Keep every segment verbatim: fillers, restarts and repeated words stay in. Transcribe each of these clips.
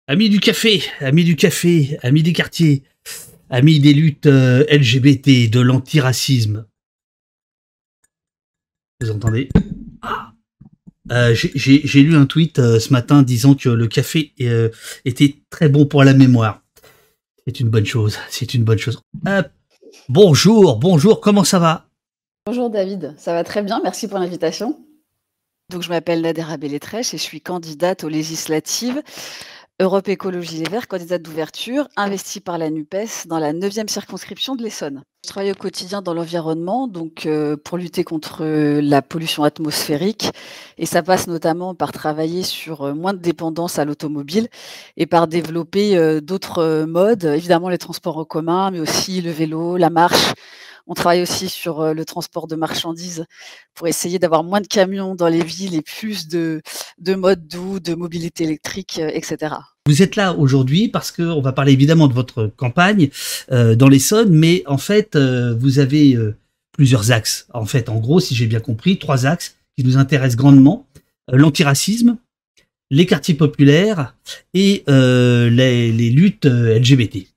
Amis du café, amis du café, amis des quartiers, amis des luttes euh, L G B T, de l'antiracisme. Vous entendez? euh, J'ai j'ai- j'ai lu un tweet euh, ce matin disant que le café euh, était très bon pour la mémoire. C'est une bonne chose, c'est une bonne chose. Hop. Bonjour, bonjour, comment ça va? Bonjour David, ça va très bien, merci pour l'invitation. Donc je m'appelle Nadera Belletrèche et je suis candidate aux législatives Europe Écologie Les Verts, candidate d'ouverture, investie par la NUPES dans la neuvième circonscription de l'Essonne. Je travaille au quotidien dans l'environnement, donc euh, pour lutter contre euh, la pollution atmosphérique, et ça passe notamment par travailler sur euh, moins de dépendance à l'automobile et par développer euh, d'autres euh, modes, évidemment les transports en commun, mais aussi le vélo, la marche. On travaille aussi sur euh, le transport de marchandises pour essayer d'avoir moins de camions dans les villes et plus de, de modes doux, de mobilité électrique, euh, et cetera. Vous êtes là aujourd'hui parce qu'on va parler évidemment de votre campagne euh, dans l'Essonne, mais en fait, euh, vous avez euh, plusieurs axes. En fait, en gros, si j'ai bien compris, trois axes qui nous intéressent grandement. Euh, l'antiracisme, les quartiers populaires et euh, les, les luttes euh, L G B T.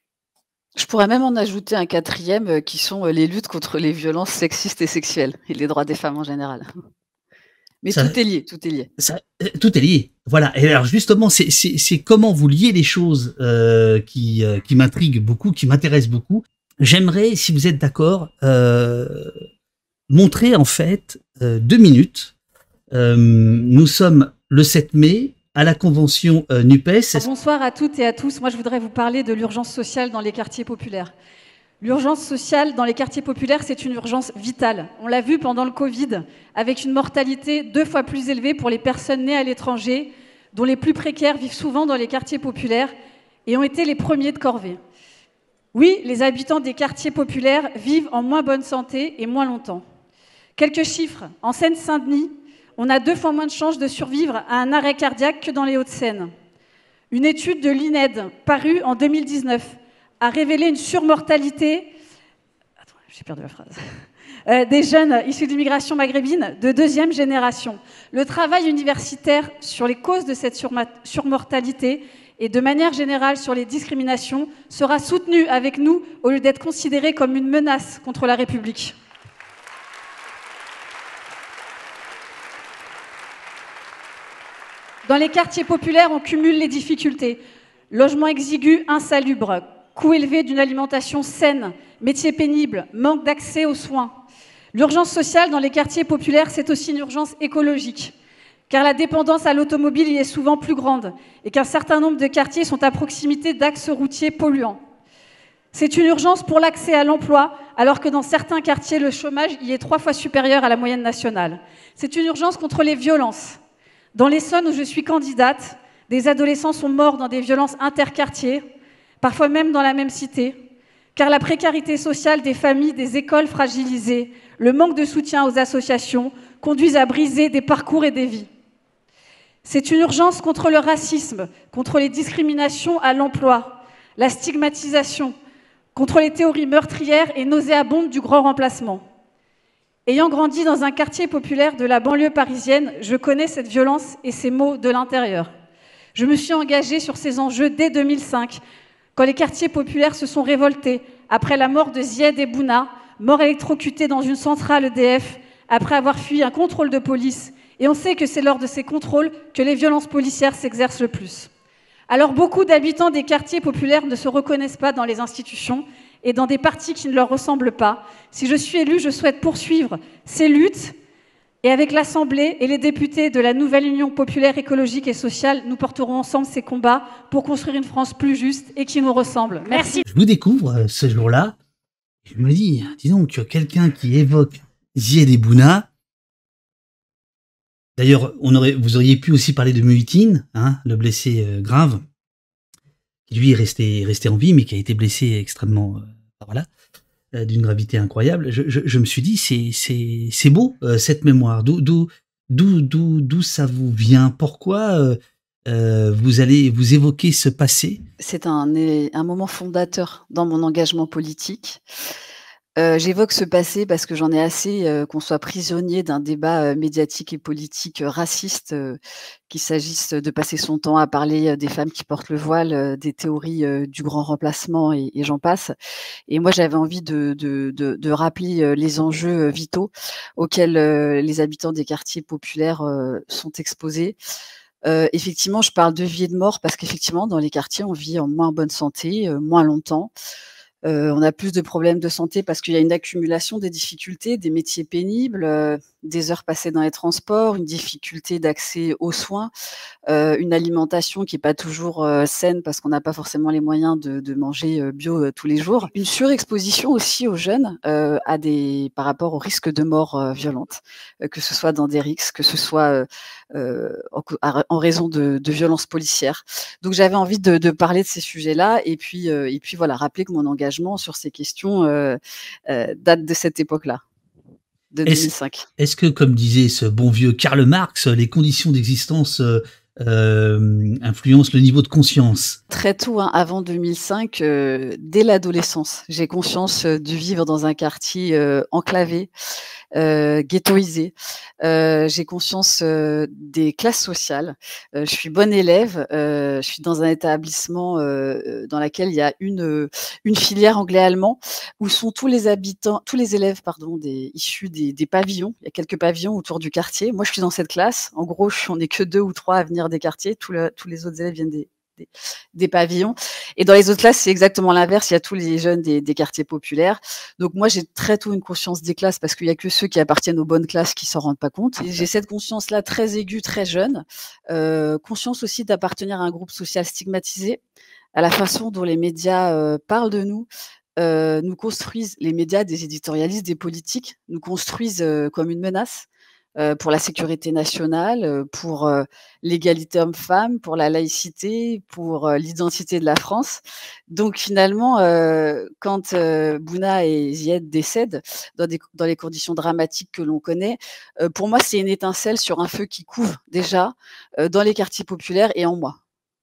Je pourrais même en ajouter un quatrième euh, qui sont euh, les luttes contre les violences sexistes et sexuelles et les droits des femmes en général. Mais Ça, tout est lié, tout est lié. ça, euh, tout est lié. Voilà. Et alors justement, c'est, c'est, c'est comment vous liez les choses euh, qui, euh, qui m'intriguent beaucoup, qui m'intéressent beaucoup. J'aimerais, si vous êtes d'accord, euh, montrer en fait euh, deux minutes. Euh, nous sommes le sept mai à la convention euh, NUPES. Bonsoir à toutes et à tous. Moi, je voudrais vous parler de l'urgence sociale dans les quartiers populaires. L'urgence sociale dans les quartiers populaires, c'est une urgence vitale. On l'a vu pendant le Covid, avec une mortalité deux fois plus élevée pour les personnes nées à l'étranger, dont les plus précaires vivent souvent dans les quartiers populaires et ont été les premiers de corvée. Oui, les habitants des quartiers populaires vivent en moins bonne santé et moins longtemps. Quelques chiffres. En Seine-Saint-Denis, on a deux fois moins de chances de survivre à un arrêt cardiaque que dans les Hauts-de-Seine. Une étude de l'I N E D, parue en deux mille dix-neuf, a révélé une surmortalité Attends, j'ai perdu la phrase. Euh, des jeunes issus d'immigration maghrébine de deuxième génération. Le travail universitaire sur les causes de cette surma- surmortalité et de manière générale sur les discriminations sera soutenu avec nous au lieu d'être considéré comme une menace contre la République. Dans les quartiers populaires, on cumule les difficultés. Logement exigu, insalubre, coût élevé d'une alimentation saine, métiers pénibles, manque d'accès aux soins. L'urgence sociale dans les quartiers populaires, c'est aussi une urgence écologique, car la dépendance à l'automobile y est souvent plus grande et qu'un certain nombre de quartiers sont à proximité d'axes routiers polluants. C'est une urgence pour l'accès à l'emploi, alors que dans certains quartiers, le chômage y est trois fois supérieur à la moyenne nationale. C'est une urgence contre les violences. Dans l'Essonne, où je suis candidate, des adolescents sont morts dans des violences interquartiers, parfois même dans la même cité, car la précarité sociale des familles, des écoles fragilisées, le manque de soutien aux associations conduisent à briser des parcours et des vies. C'est une urgence contre le racisme, contre les discriminations à l'emploi, la stigmatisation, contre les théories meurtrières et nauséabondes du grand remplacement. Ayant grandi dans un quartier populaire de la banlieue parisienne, je connais cette violence et ces maux de l'intérieur. Je me suis engagée sur ces enjeux dès deux mille cinq, quand les quartiers populaires se sont révoltés après la mort de Zied Ebouna, mort électrocuté dans une centrale E D F après avoir fui un contrôle de police. Et on sait que c'est lors de ces contrôles que les violences policières s'exercent le plus. Alors beaucoup d'habitants des quartiers populaires ne se reconnaissent pas dans les institutions et dans des partis qui ne leur ressemblent pas. Si je suis élue, je souhaite poursuivre ces luttes et avec l'Assemblée et les députés de la nouvelle Union populaire écologique et sociale, nous porterons ensemble ces combats pour construire une France plus juste et qui nous ressemble. Merci. Je vous découvre euh, ce jour-là, et je me dis, dis donc, quelqu'un qui évoque Zied Ebouna. D'ailleurs, on aurait, vous auriez pu aussi parler de Muhittin, hein, le blessé euh, grave, qui lui est resté, resté en vie, mais qui a été blessé extrêmement, euh, voilà, euh, d'une gravité incroyable. Je, je, je me suis dit, c'est, c'est, c'est beau euh, cette mémoire. D'où, d'où, d'où, d'où, d'où ça vous vient? Pourquoi euh, euh, vous allez vous évoquer ce passé? C'est un, un moment fondateur dans mon engagement politique. Heu, j'évoque ce passé parce que j'en ai assez, heu, qu'on soit prisonnier d'un débat, heu, médiatique et politique, heu, raciste, heu, qu'il s'agisse de passer son temps à parler, heu, des femmes qui portent le voile, heu, des théories, heu, du grand remplacement et et j'en passe. Et moi, j'avais envie de de de de rappeler, heu, les enjeux, heu, vitaux auxquels, heu, les habitants des quartiers populaires, heu, sont exposés. Heu, effectivement, je parle de vie et de mort parce qu'effectivement, dans les quartiers, on vit en moins bonne santé, heu, moins longtemps. Heu, on a plus de problèmes de santé parce qu'il y a une accumulation des difficultés, des métiers pénibles, heu, des heures passées dans les transports, une difficulté d'accès aux soins, heu, une alimentation qui est pas toujours, heu, saine parce qu'on n'a pas forcément les moyens de de manger, heu, bio, heu, tous les jours. Une surexposition aussi aux jeunes, heu, à des par rapport au risque de mort, heu, violente, heu, que ce soit dans des rixes, que ce soit, heu heu, en co à en raison de de violences policières. Donc j'avais envie de de parler de ces sujets-là et puis, heu et puis voilà, rappeler que mon engagement sur ces questions, heu heu, date de cette époque-là, de Est-ce deux mille cinq. est-ce que, comme disait ce bon vieux Karl Marx, les conditions d'existence, heu, hem, influencent le niveau de conscience? Très tôt, hein, avant deux mille cinq, heu, dès l'adolescence, j'ai conscience, heu, de vivre dans un quartier, heu, enclavé, heu, ghettoisé. Heu, j'ai conscience, heu, des classes sociales. Heu, je suis bonne élève, heu, je suis dans un établissement, heu heu, dans laquelle il y a une, heu, une filière anglais-allemand où sont tous les habitants tous les élèves pardon, des issus des des pavillons. Il y a quelques pavillons autour du quartier. Moi, je suis dans cette classe. En gros, je on n'est que deux ou trois à venir des quartiers. Tous le tous les autres élèves viennent des des des pavillons et dans les autres classes, c'est exactement l'inverse. Il y a tous les jeunes des des quartiers populaires. Donc moi, j'ai très tôt une conscience des classes parce qu'il y a que ceux qui appartiennent aux bonnes classes qui s'en rendent pas compte. Et j'ai cette conscience-là très aiguë, très jeune. Heu, conscience aussi d'appartenir à un groupe social stigmatisé, à la façon dont les médias, heu, parlent de nous, heu, nous construisent les médias, des éditorialistes, des politiques, nous construisent, heu, comme une menace, heu, pour la sécurité nationale, heu, pour, heu, l'égalité homme-femme, pour la laïcité, pour, heu, l'identité de la France. Donc finalement, heu, quand, heu, Bouna et Zied décèdent dans des dans les conditions dramatiques que l'on connaît, heu, pour moi, c'est une étincelle sur un feu qui couve déjà, heu, dans les quartiers populaires et en moi.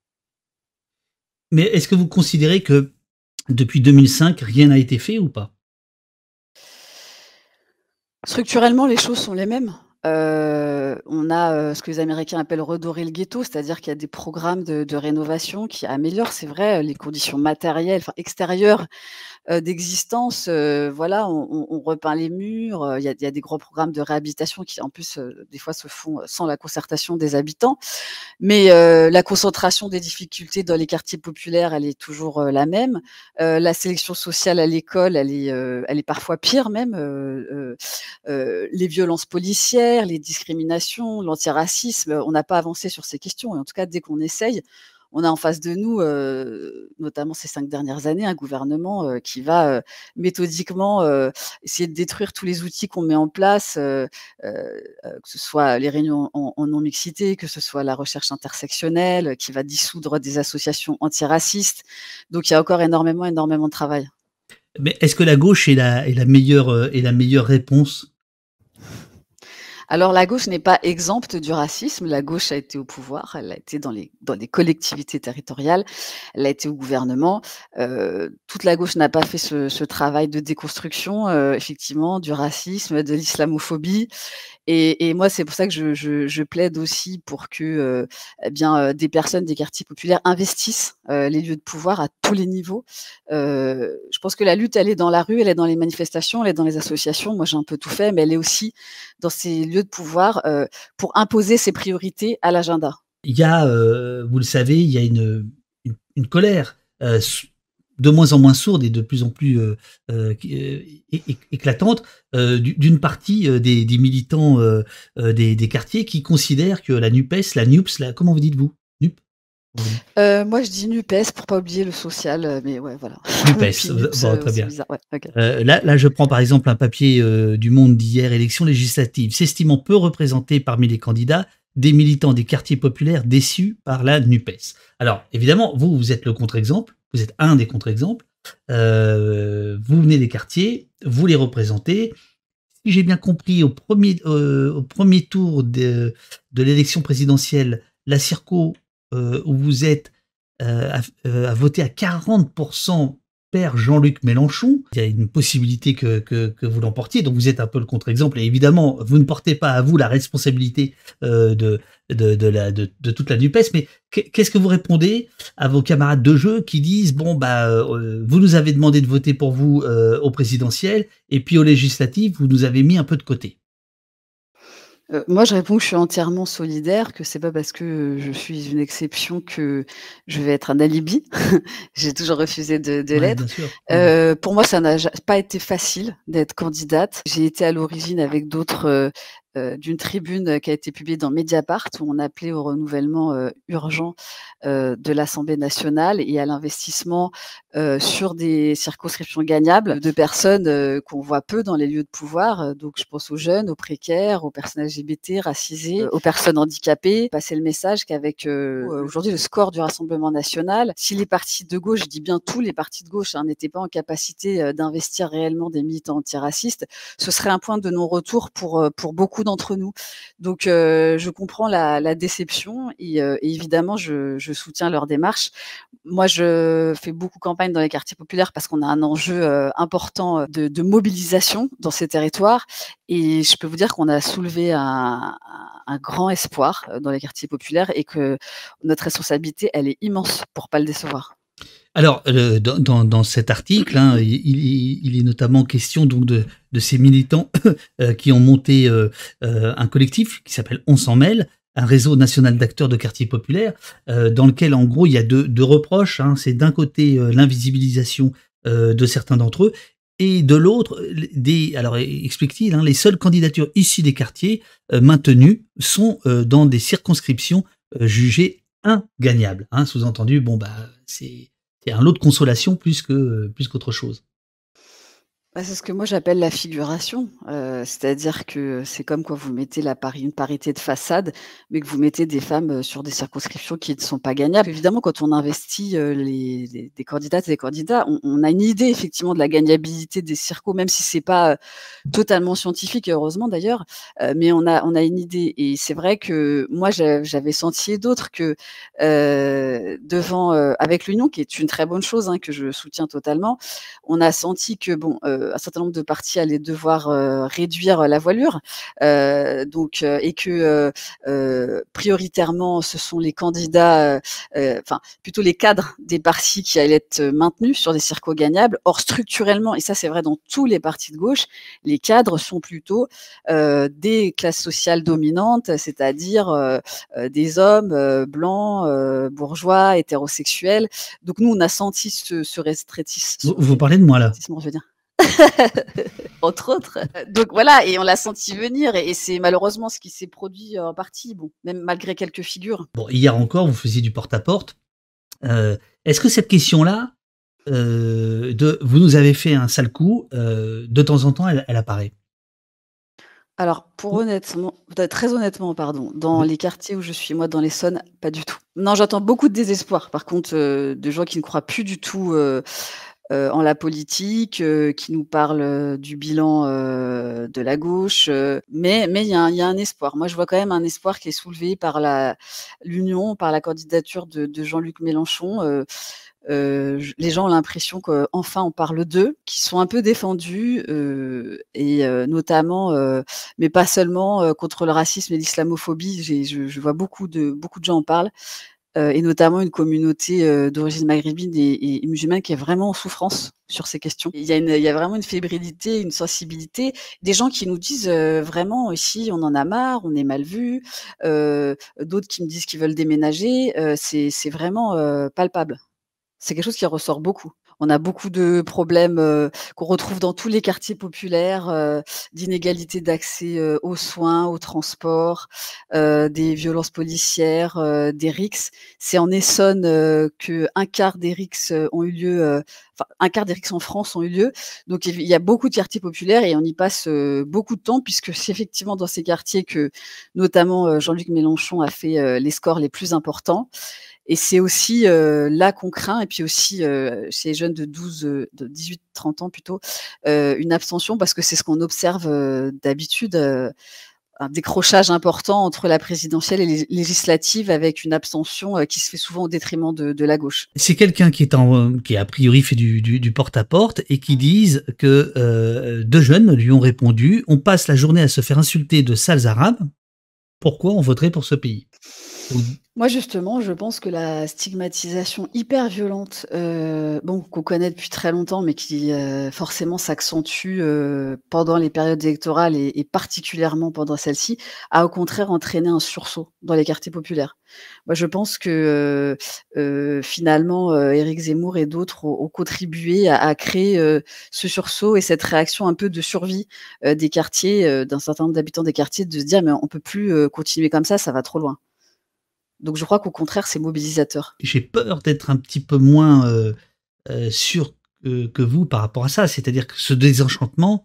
Mais est-ce que vous considérez que depuis deux mille cinq, rien n'a été fait ou pas? Structurellement, les choses sont les mêmes. Heu, on a, heu, ce que les Américains appellent redorer le ghetto, c'est-à-dire qu'il y a des programmes de de rénovation qui améliorent, c'est vrai, les conditions matérielles, enfin extérieures, heu, d'existence, heu, voilà, on on on repeint les murs, heu, il y a il y a des gros programmes de réhabilitation qui, en plus, heu, des fois se font, heu, sans la concertation des habitants. Mais, heu, la concentration des difficultés dans les quartiers populaires, elle est toujours, heu, la même. Heu, la sélection sociale à l'école, elle est, heu, elle est parfois pire même, heu heu heu, les violences policières, les discriminations, l'antiracisme, on n'a pas avancé sur ces questions et en tout cas, dès qu'on essaye, on a en face de nous, heu, notamment ces cinq dernières années, un gouvernement, heu, qui va, heu, méthodiquement, heu, essayer de détruire tous les outils qu'on met en place, heu heu heu, que ce soit les réunions en en non-mixité, que ce soit la recherche intersectionnelle, qui va dissoudre des associations antiracistes. Donc il y a encore énormément, énormément de travail. Mais est-ce que la gauche est la est la meilleure, heu, est la meilleure réponse? Alors la gauche n'est pas exempte du racisme. La gauche a été au pouvoir, elle a été dans les dans les collectivités territoriales, elle a été au gouvernement. Heu, toute la gauche n'a pas fait ce ce travail de déconstruction, heu, effectivement, du racisme, de l'islamophobie. Et et moi, c'est pour ça que je je je plaide aussi pour que, heu, eh bien, heu, des personnes des quartiers populaires investissent, heu, les lieux de pouvoir à tous les niveaux. Heu, je pense que la lutte, elle est dans la rue, elle est dans les manifestations, elle est dans les associations. Moi, j'ai un peu tout fait, mais elle est aussi dans ces lieux de pouvoir, heu, pour imposer ses priorités à l'agenda. Il y a, heu, vous le savez, il y a une, une une colère, heu, s de moins en moins sourde et de plus en plus, heu heu, qui, heu, é é éclatante, heu, d'u d'une partie, heu, des des militants, heu heu, des des quartiers qui considèrent que la NUPES, la NUPS, la comment vous dites vous? NUP? Comment vous dites? Heu, moi, je dis NUPES pour pas oublier le social, heu, mais ouais, voilà. NUPES, Puis v NUPS, bon, heu, très c'est bien. bizarre, ouais, OK. Heu, là là, je prends par exemple un papier, heu, du Monde d'hier, élections législatives. S'estimant peu représentés parmi les candidats, des militants des quartiers populaires déçus par la NUPES. Alors évidemment, vous, vous êtes le contre-exemple, vous êtes un des contre-exemples. Heu, vous venez des quartiers, vous les représentez. Si j'ai bien compris, au premier er au premier tour de de l'élection présidentielle, la circo, heu, où vous êtes, heu, a f heu, a voté à quarante père Jean-Luc Mélenchon. Il y a une possibilité que, que, que vous l'emportiez, donc vous êtes un peu le contre-exemple. Et évidemment, vous ne portez pas à vous la responsabilité euh, de, de, de, la, de, de toute la NUPES, mais qu'est-ce que vous répondez à vos camarades de jeu qui disent, bon, bah, euh, vous nous avez demandé de voter pour vous euh, au présidentiel, et puis aux législatives, vous nous avez mis un peu de côté? Heu, moi, je réponds que je suis entièrement solidaire, que c'est pas parce que je suis une exception que je vais être un alibi. J'ai toujours refusé de de Ouais, l'être. bien sûr. Mmh. Heu, pour moi, ça n'a ja pas été facile d'être candidate. J'ai été à l'origine avec d'autres, heu heu, d'une tribune qui a été publiée dans Mediapart, où on appelait au renouvellement, heu, urgent, heu, de l'Assemblée nationale et à l'investissement, heu, sur des circonscriptions gagnables de personnes, heu, qu'on voit peu dans les lieux de pouvoir. Heu, donc je pense aux jeunes, aux précaires, aux personnes L G B T, racisées, aux personnes handicapées. Passer le message qu'avec, heu, aujourd'hui le score du Rassemblement national, si les partis de gauche, je dis bien tous les partis de gauche, hein, n'étaient pas en capacité, heu, d'investir réellement des militants antiracistes, ce serait un point de non-retour pour, heu, pour beaucoup d'entre nous. Donc heu, je comprends la la déception et heu, et évidemment je je soutiens leur démarche. Moi, je fais beaucoup campagne dans les quartiers populaires parce qu'on a un enjeu, heu, important, heu, de de mobilisation dans ces territoires et je peux vous dire qu'on a soulevé un un un grand espoir, heu, dans les quartiers populaires et que notre responsabilité, elle est immense pour pas le décevoir. Alors, heu, dans dans dans cet article, hein, il il il est notamment question donc de de ces militants heu, qui ont monté, heu heu, un collectif qui s'appelle On s'en mêle, un réseau national d'acteurs de quartiers populaires, heu, dans lequel en gros il y a deux deux reproches, hein. C'est d'un côté, heu, l'invisibilisation, heu, de certains d'entre eux et de l'autre, l des alors e explique-t-il, hein, les seules candidatures issues des quartiers, heu, maintenues sont, heu, dans des circonscriptions, heu, jugées ingagnables, hein. Sous-entendu, bon, bah, c'est c'est un lot de consolation plus que, plus qu'autre chose. Bah, c'est ce que moi j'appelle la figuration, heu, c'est-à-dire que c'est comme quand vous mettez la pari une parité de façade, mais que vous mettez des femmes, heu, sur des circonscriptions qui ne sont pas gagnables. Évidemment, quand on investit, heu, les les des candidates et des candidats, on on a une idée effectivement de la gagnabilité des circos, même si c'est pas, heu, totalement scientifique et heureusement d'ailleurs, heu, mais on a on a une idée et c'est vrai que moi j'a j'avais senti et d'autres que, heu, devant, heu, avec l'union qui est une très bonne chose, hein, que je soutiens totalement, on a senti que bon, heu, un certain nombre de partis allaient devoir, heu, réduire la voilure, heu, donc heu et que, heu heu, prioritairement ce sont les candidats, heu heu, enfin plutôt les cadres des partis qui allaient être maintenus sur des circos gagnables. Or structurellement, et ça c'est vrai dans tous les partis de gauche, les cadres sont plutôt, heu, des classes sociales dominantes, c'est-à-dire, heu heu, des hommes, heu, blancs, heu, bourgeois, hétérosexuels. Donc nous, on a senti ce ce restreitis Vous ce vous parlez de moi là? rétrécissement, je veux dire. Entre autres. Donc voilà et on l'a senti venir et et c'est malheureusement ce qui s'est produit en partie, bon, même malgré quelques figures. Bon, hier encore, vous faisiez du porte-à-porte. Heu, est-ce que cette question-là, heu, de «vous nous avez fait un sale coup», heu, de temps en temps, elle elle apparaît? Alors pour Ou honnêtement peut-être très honnêtement pardon, dans oui. les quartiers où je suis moi dans l'Essonne, pas du tout. Non, j'entends beaucoup de désespoir par contre, heu, de gens qui ne croient plus du tout, heu heu, en la politique, heu, qui nous parlent, heu, du bilan, heu, de la gauche, heu, mais mais il y a un il y a un espoir. Moi, je vois quand même un espoir qui est soulevé par la l'union, par la candidature de de Jean-Luc Mélenchon, heu heu, j les gens ont l'impression qu'enfin on parle d'eux, qu'ils sont un peu défendus, heu et heu, notamment, heu, mais pas seulement, heu, contre le racisme et l'islamophobie. J'ai je je vois beaucoup de beaucoup de gens en parlent, heu et notamment une communauté, heu, d'origine maghrébine et et musulmane qui est vraiment en souffrance sur ces questions. Il y a une il y a vraiment une fébrilité, une sensibilité, des gens qui nous disent, heu, vraiment ici on en a marre, on est mal vus, heu, d'autres qui me disent qu'ils veulent déménager, heu, c'est c'est vraiment, heu, palpable. C'est quelque chose qui ressort beaucoup. On a beaucoup de problèmes, heu, qu'on retrouve dans tous les quartiers populaires, heu, d'inégalité d'accès, heu, aux soins, aux transports, heu, des violences policières, heu, des rixes. C'est en Essonne, heu, qu'un quart des rixes, heu, ont eu lieu, heu, enfin un quart des rixes en France ont eu lieu. Donc il y a beaucoup de quartiers populaires et on y passe, heu, beaucoup de temps puisque c'est effectivement dans ces quartiers que notamment, heu, Jean-Luc Mélenchon a fait, heu, les scores les plus importants. Et c'est aussi, heu, là qu'on craint et puis aussi, heu, chez les jeunes de douze, heu, de dix-huit trente ans plutôt, heu, une abstention parce que c'est ce qu'on observe, heu, d'habitude, heu, un décrochage important entre la présidentielle et les législatives, avec une abstention euh, qui se fait souvent au détriment de, de la gauche. C'est quelqu'un qui est en, qui a priori fait du, du, du porte-à-porte et qui disent que euh, deux jeunes lui ont répondu: on passe la journée à se faire insulter de sales arabes. Pourquoi on voterait pour ce pays? Moi, justement, je pense que la stigmatisation hyper violente, heu, bon, qu'on connaît depuis très longtemps, mais qui, heu, forcément s'accentue, heu, pendant les périodes électorales et et particulièrement pendant celle-ci, a au contraire entraîné un sursaut dans les quartiers populaires. Moi, je pense que, heu heu, finalement, heu, Éric Zemmour et d'autres ont ont contribué à à créer, heu, ce sursaut et cette réaction un peu de survie, heu, des quartiers, heu, d'un certain nombre d'habitants des quartiers, de se dire: «Mais on peut plus, heu, continuer comme ça, ça va trop loin». Donc je crois qu'au contraire, c'est mobilisateur. J'ai peur d'être un petit peu moins euh, euh, sûr que, que vous par rapport à ça. C'est-à-dire que ce désenchantement,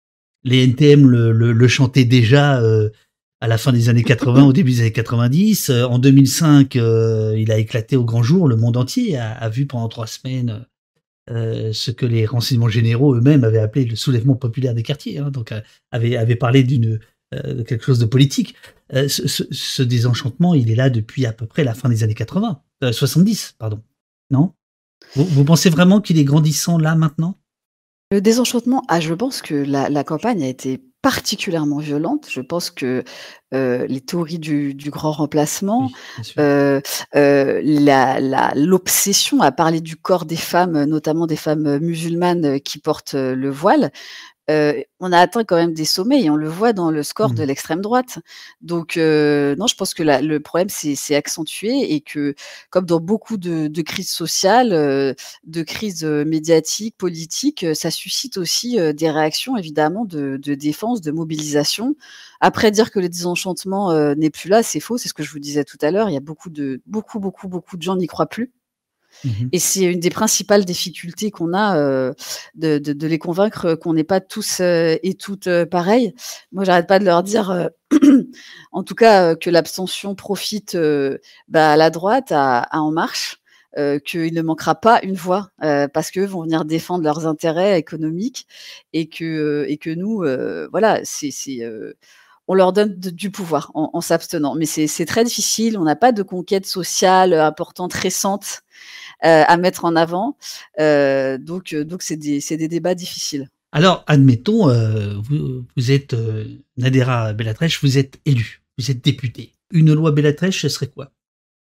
les N T M le, le, le chantaient déjà euh, à la fin des années quatre-vingts, au début des années quatre-vingt-dix. Euh, en deux mille cinq, euh, il a éclaté au grand jour. Le monde entier a, a vu pendant trois semaines euh, ce que les renseignements généraux eux-mêmes avaient appelé le soulèvement populaire des quartiers. Hein, donc, euh, avaient, avaient parlé d'une euh, de quelque chose de politique. Euh, ce, ce, ce désenchantement, il est là depuis à peu près la fin des années quatre-vingts, euh, soixante-dix, pardon. Non? Vous, vous pensez vraiment qu'il est grandissant là maintenant? Le désenchantement, ah, je pense que la la campagne a été particulièrement violente. Je pense que, heu, les théories du du grand remplacement, Oui, bien sûr. heu heu, la la l'obsession à parler du corps des femmes, notamment des femmes musulmanes qui portent, heu, le voile. Heu, on a atteint quand même des sommets et on le voit dans le score de Mmh. l'extrême droite. Donc heu, non, je pense que la le problème s'est s'est accentué et que, comme dans beaucoup de de crises sociales, heu, de crises, heu, médiatiques, politiques, heu, ça suscite aussi, heu, des réactions évidemment de de défense, de mobilisation. Après, dire que le désenchantement, heu, n'est plus là, c'est faux, c'est ce que je vous disais tout à l'heure. Il y a beaucoup de beaucoup, beaucoup, beaucoup de gens n'y croient plus. Mmh. Et c'est une des principales difficultés qu'on a, heu, de de de les convaincre qu'on n'est pas tous, heu, et toutes, heu, pareils. Moi, j'arrête pas de leur dire, heu, en tout cas, heu, que l'abstention profite, heu, bah, à la droite, à à En Marche, heu, qu'il ne manquera pas une voix, heu, parce qu'eux vont venir défendre leurs intérêts économiques et que, heu, et que nous, heu, voilà, c'est c'est, heu, on leur donne de du pouvoir en en s'abstenant. Mais c'est c'est très difficile, on n'a pas de conquête sociale, heu, importante, récente, heu, à mettre en avant. Heu, donc heu, donc c'est des c'est des débats difficiles. Alors, admettons, euh, vous, vous êtes euh, Nadera Bellatrèche, vous êtes élu, vous êtes député. Une loi Bellatrèche, ce serait quoi?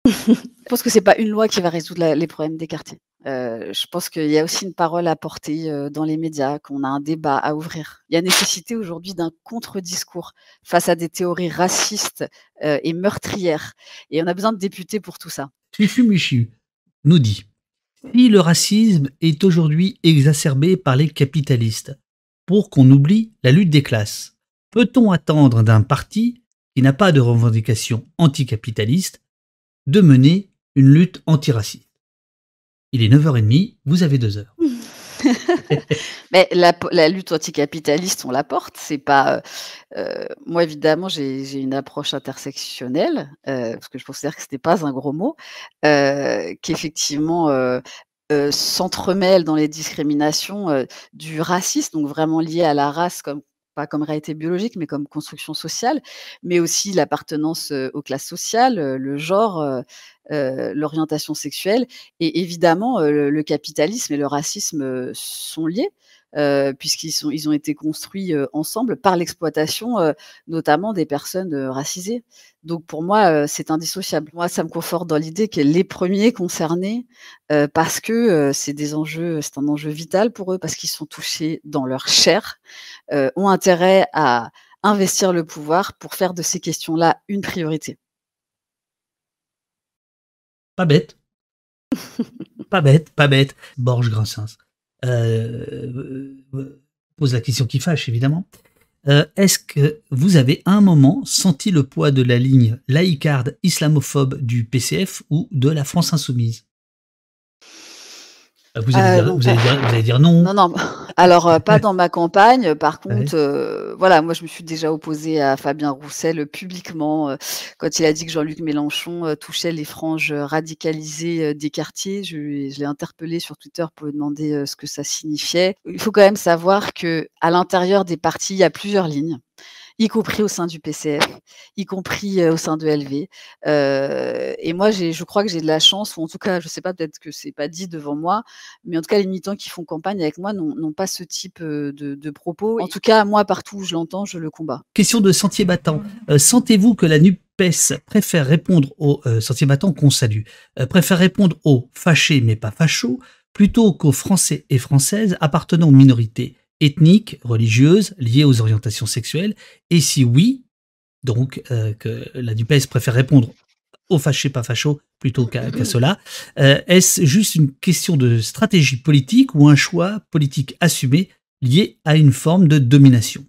Je pense que c'est pas une loi qui va résoudre la les problèmes des quartiers. Heu, je pense qu'il y a aussi une parole à porter, heu, dans les médias, qu'on a un débat à ouvrir. Il y a nécessité aujourd'hui d'un contre-discours face à des théories racistes, heu, et meurtrières, et on a besoin de députés pour tout ça. Fufu Michu nous dit: si le racisme est aujourd'hui exacerbé par les capitalistes, pour qu'on oublie la lutte des classes, peut-on attendre d'un parti qui n'a pas de revendication anticapitaliste de mener une lutte antiraciste? Il est neuf heures trente, vous avez deux heures. Mais la po la lutte anticapitaliste, on la porte, c'est pas, heu heu, moi évidemment j'ai j'ai une approche intersectionnelle, heu, parce que je considère que ce n'est pas un gros mot, heu, qu'effectivement, heu heu, s'entremêle dans les discriminations, heu, du racisme, donc vraiment lié à la race, comme pas comme réalité biologique, mais comme construction sociale, mais aussi l'appartenance, heu, aux classes sociales, heu, le genre, heu heu, l'orientation sexuelle, et évidemment, heu, le le capitalisme et le racisme, heu, sont liés, heu, puisqu'ils sont ils ont été construits, heu, ensemble par l'exploitation, heu, notamment des personnes, heu, racisées. Donc pour moi, heu, c'est indissociable. Moi, ça me conforte dans l'idée que les premiers concernés, heu, parce que, heu, c'est des enjeux c'est un enjeu vital pour eux, parce qu'ils sont touchés dans leur chair, heu, ont intérêt à investir le pouvoir pour faire de ces questions-là une priorité. Pas bête, pas bête, pas bête. Borges Grassens euh, euh, pose la question qui fâche, évidemment. Euh, Est-ce que vous avez à un moment senti le poids de la ligne laïcarde islamophobe du P C F ou de la France insoumise? Euh, Vous allez Heu, dire, non, vous pas allez dire, vous allez dire non. non, non, alors, heu, pas dans ma campagne. Par Ouais. contre, heu, voilà, moi je me suis déjà opposée à Fabien Roussel, heu, publiquement, heu, quand il a dit que Jean-Luc Mélenchon, heu, touchait les franges, heu, radicalisées, heu, des quartiers. Je lui ai je l'ai interpellé sur Twitter pour lui demander, heu, ce que ça signifiait. Il faut quand même savoir qu'à l'intérieur des partis, il y a plusieurs lignes. y compris au sein du P C F, y compris, heu, au sein de L V. Heu et moi, j'ai je crois que j'ai de la chance ou en tout cas, je sais pas, peut-être que c'est pas dit devant moi, mais en tout cas, les militants qui font campagne avec moi n'ont n'ont pas ce type, heu, de de propos. En tout cas, moi, partout où je l'entends, je le combats. Question de Sentier Battant. Euh, sentez-vous que la NUPES préfère répondre aux euh, Sentier Battant qu'on salue, euh, préfère répondre aux fâchés mais pas fachos, plutôt qu'aux Français et Françaises appartenant aux minorités ethniques, religieuses, liées aux orientations sexuelles? Et si oui, donc euh, que la NUPES préfère répondre aux fâchés pas fachos plutôt qu'à qu'à cela, euh, est-ce juste une question de stratégie politique ou un choix politique assumé lié à une forme de domination?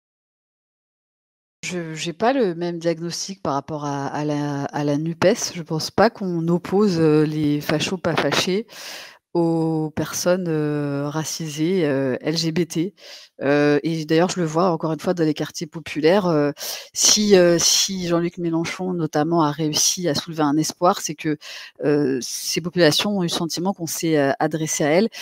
Je n'ai pas le même diagnostic par rapport à à la à la NUPES. Je pense pas qu'on oppose, heu, les fachos pas fâchés aux personnes, heu, racisées, heu, L G B T. Heu et d'ailleurs, je le vois encore une fois dans les quartiers populaires, heu, si, heu, si Jean-Luc Mélenchon notamment a réussi à soulever un espoir, c'est que, heu, ces populations ont eu le sentiment qu'on s'est, heu, adressé à elles,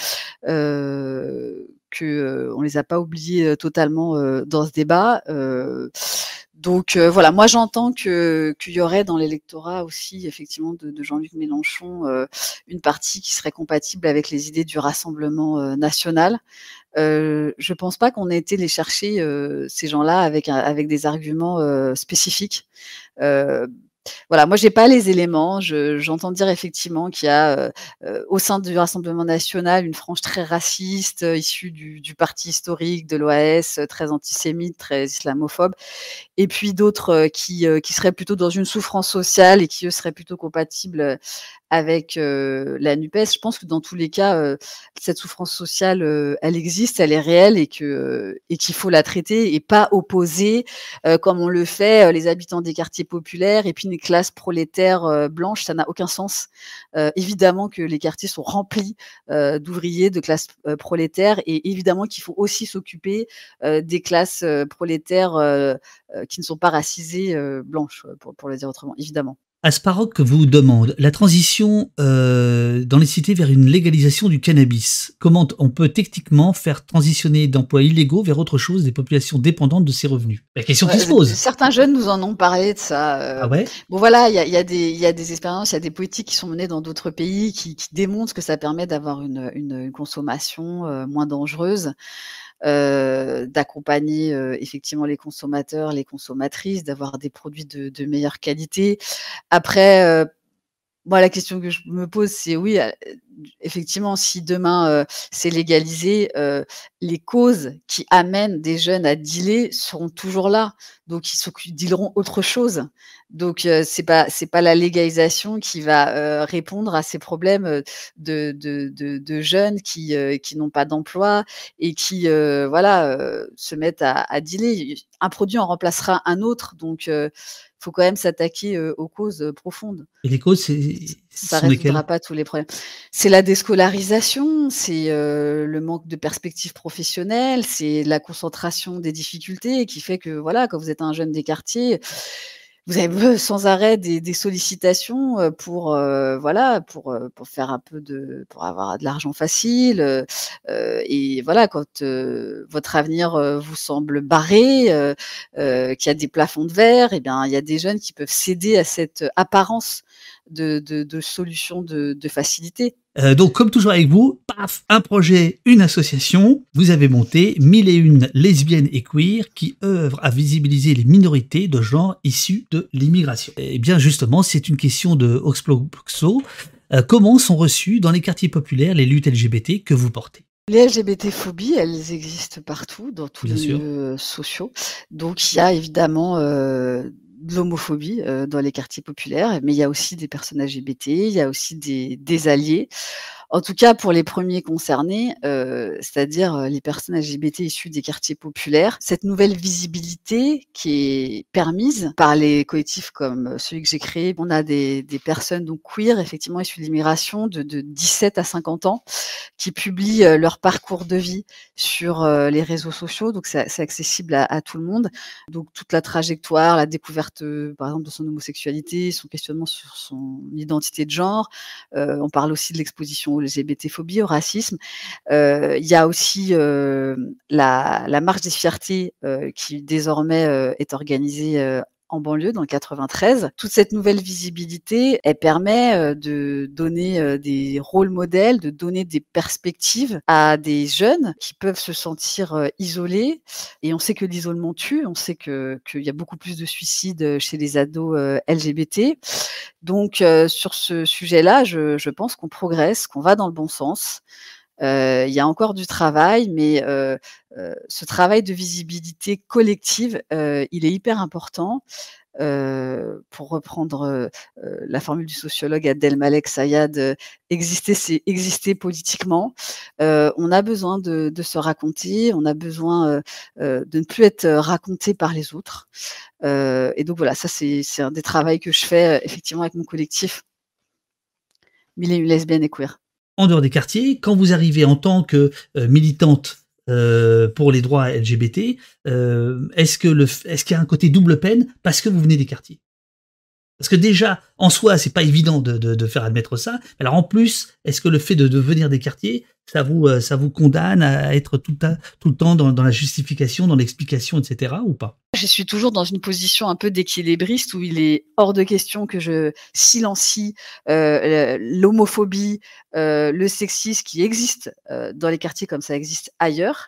heu, que, heu, on les a pas oubliées, heu, totalement, heu, dans ce débat. Heu, donc heu, voilà, moi j'entends que qu'il y aurait dans l'électorat aussi effectivement de de Jean-Luc Mélenchon, heu, une partie qui serait compatible avec les idées du Rassemblement, heu, national. Heu, je pense pas qu'on ait été les chercher, heu, ces gens-là avec un avec des arguments, heu, spécifiques. Heu, voilà, moi j'ai pas les éléments. Je j'entends dire effectivement qu'il y a, heu heu, au sein du Rassemblement national, une frange très raciste, heu, issue du du parti historique de l'O A S, heu, très antisémite, très islamophobe. Et puis d'autres, heu, qui, heu, qui seraient plutôt dans une souffrance sociale et qui, eux, seraient plutôt compatibles, heu, avec, heu, la NUPES. Je pense que dans tous les cas, heu, cette souffrance sociale, heu, elle existe, elle est réelle et que, heu et qu'il faut la traiter et pas opposer, heu, comme on le fait, heu, les habitants des quartiers populaires et puis une classe prolétaire, heu, blanche, ça n'a aucun sens. Heu, évidemment que les quartiers sont remplis, heu, d'ouvriers, de classes, heu, prolétaires et évidemment qu'il faut aussi s'occuper, heu, des classes, heu, prolétaires, heu heu, qui ne sont pas racisées, heu, blanches, pour pour le dire autrement, évidemment. Asparoc vous demande la transition euh, dans les cités vers une légalisation du cannabis. Comment on peut techniquement faire transitionner d'emplois illégaux vers autre chose des populations dépendantes de ces revenus? La question qui se Ouais, pose. certains jeunes nous en ont parlé de ça, Ah heu, ouais? bon voilà, il y a il y a des il y a des expériences, il y a des politiques qui sont menées dans d'autres pays qui qui démontrent que ça permet d'avoir une, une, une consommation, heu, moins dangereuse, heu, d'accompagner, heu, effectivement les consommateurs, les consommatrices, d'avoir des produits de de meilleure qualité. Après, heu moi, la question que je me pose, c'est oui, heu, effectivement, si demain, heu, c'est légalisé, heu, les causes qui amènent des jeunes à dealer seront toujours là. Donc ils s'occu dealeront autre chose. Donc heu, c'est pas c'est pas la légalisation qui va, heu, répondre à ces problèmes, heu, de de de de jeunes qui, heu, qui n'ont pas d'emploi et qui, heu, voilà, heu, se mettent à à dealer. Un produit en remplacera un autre, donc heu, faut quand même s'attaquer, heu, aux causes, heu, profondes. Et les causes, c'est- ce Ça sont lesquelles? résoudra pas tous les problèmes. C'est la déscolarisation, c'est, heu, le manque de perspectives professionnelles, c'est la concentration des difficultés qui fait que, voilà, quand vous êtes un jeune des quartiers, vous avez be sans arrêt des des sollicitations, heu, pour, heu, voilà, pour, heu, pour faire un peu de pour avoir de l'argent facile, heu heu et voilà, quand, heu, votre avenir, heu, vous semble barré, heu heu, qu'il y a des plafonds de verre et bien, il y a des jeunes qui peuvent céder à cette apparence de de de solutions de de facilité. Euh, donc, comme toujours avec vous, paf, un projet, une association, vous avez monté mille et une lesbiennes et queer qui œuvrent à visibiliser les minorités de genre issues de l'immigration. Et bien justement, c'est une question de Oxploxo. Euh, comment sont reçues dans les quartiers populaires les luttes L G B T que vous portez? Les L G B T-phobies, elles existent partout, dans tous Bien les sûr. milieux, heu, sociaux. Donc il y a évidemment, heu, de l'homophobie, heu, dans les quartiers populaires, mais il y a aussi des personnes L G B T, il y a aussi des des alliés. En tout cas, pour les premiers concernés, heu, c'est-à-dire, heu, les personnes L G B T issues des quartiers populaires, cette nouvelle visibilité qui est permise par les collectifs comme, heu, celui que j'ai créé, on a des des personnes donc queer, effectivement issues de l'immigration de de dix-sept à cinquante ans, qui publient, heu, leur parcours de vie sur, heu, les réseaux sociaux, donc c'est c'est accessible à à tout le monde. Donc toute la trajectoire, la découverte, heu, par exemple de son homosexualité, son questionnement sur son identité de genre. Heu, on parle aussi de l'exposition aux L G B T-phobie, au racisme. Heu, il y a aussi, heu, la la marche des fiertés, heu, qui désormais, heu, est organisée, heu, en banlieue, dans le quatre-vingt-treize. Toute cette nouvelle visibilité, elle permet, heu, de donner, heu, des rôles modèles, de donner des perspectives à des jeunes qui peuvent se sentir, heu, isolés et on sait que l'isolement tue, on sait que qu'il y a beaucoup plus de suicides, chez les ados, heu, L G B T. Donc heu, sur ce sujet-là, je je pense qu'on progresse, qu'on va dans le bon sens. Heu, il y a encore du travail, mais heu heu, ce travail de visibilité collective, heu, il est hyper important. Heu, pour reprendre, heu heu, la formule du sociologue Abdelmalek Sayad, heu, exister, c'est exister politiquement. Heu, on a besoin de de se raconter, on a besoin, heu heu, de ne plus être, raconté par les autres. Heu et donc voilà, ça c'est c'est un des travails que je fais, heu, effectivement avec mon collectif Mille et une lesbiennes et queer. En dehors des quartiers, quand vous arrivez en tant que, heu, militante, heu, pour les droits L G B T, heu, est-ce que le f est-ce qu'il y a un côté double peine parce que vous venez des quartiers? Parce que déjà, en soi, c'est pas évident de de de faire admettre ça. Alors en plus, est-ce que le fait de de venir des quartiers, ça vous, heu, ça vous condamne à être tout le tout le temps dans dans la justification, dans l'explication et cetera ou pas? Je suis toujours dans une position un peu d'équilibriste où il est hors de question que je silencie, heu, le l'homophobie, heu, le sexisme qui existe, heu, dans les quartiers comme ça existe ailleurs.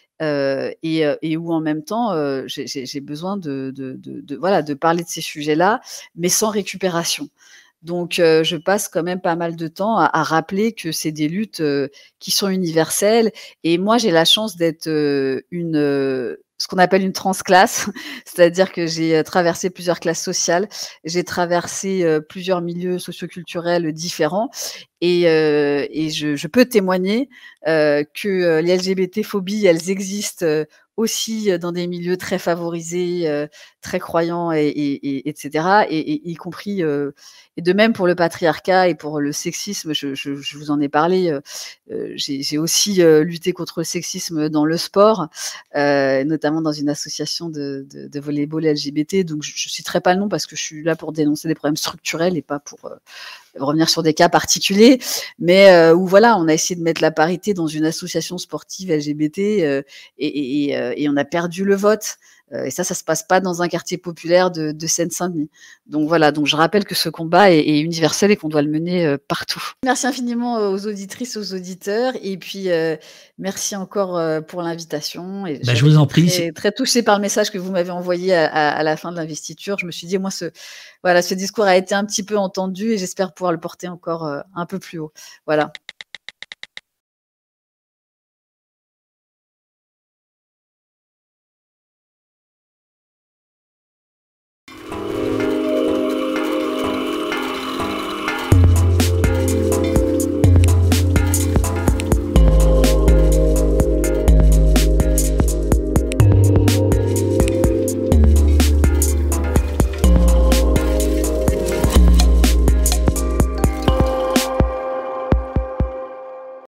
Heu et heu et où en même temps, heu, j'ai j'ai j'ai besoin de de de de voilà, de parler de ces sujets-là, mais sans récupération. Donc heu, je passe quand même pas mal de temps à à rappeler que c'est des luttes, heu, qui sont universelles et moi j'ai la chance d'être, heu, une, heu, ce qu'on appelle une transclasse, c'est-à-dire que j'ai, heu, traversé plusieurs classes sociales, j'ai traversé, heu, plusieurs milieux socioculturels différents et heu et je je peux témoigner, heu, que, heu, les L G B T-phobies, elles existent, heu, aussi, heu, dans des milieux très favorisés, heu, très croyants et et et et cetera et et y compris, heu et de même pour le patriarcat et pour le sexisme, je je je vous en ai parlé, heu heu, j'ai j'ai aussi, heu, lutté contre le sexisme dans le sport, heu, notamment dans une association de de de volley-ball L G B T, donc je je citerai pas le nom parce que je suis là pour dénoncer des problèmes structurels et pas pour, heu, revenir sur des cas particuliers, mais heu, où voilà, on a essayé de mettre la parité dans une association sportive L G B T, heu et et et heu et on a perdu le vote, heu et ça, ça se passe pas dans un quartier populaire de de Seine-Saint-Denis. Donc voilà, donc je rappelle que ce combat est est universel et qu'on doit le mener, heu, partout. Merci infiniment, heu, aux auditrices, aux auditeurs et puis, heu, merci encore, heu, pour l'invitation et Bah, je j'avais vous en été prie, très c'est très touchée par le message que vous m'avez envoyé à à à la fin de l'investiture. Je me suis dit: «Moi, ce voilà, ce discours a été un petit peu entendu et j'espère pouvoir le porter encore, heu, un peu plus haut». Voilà.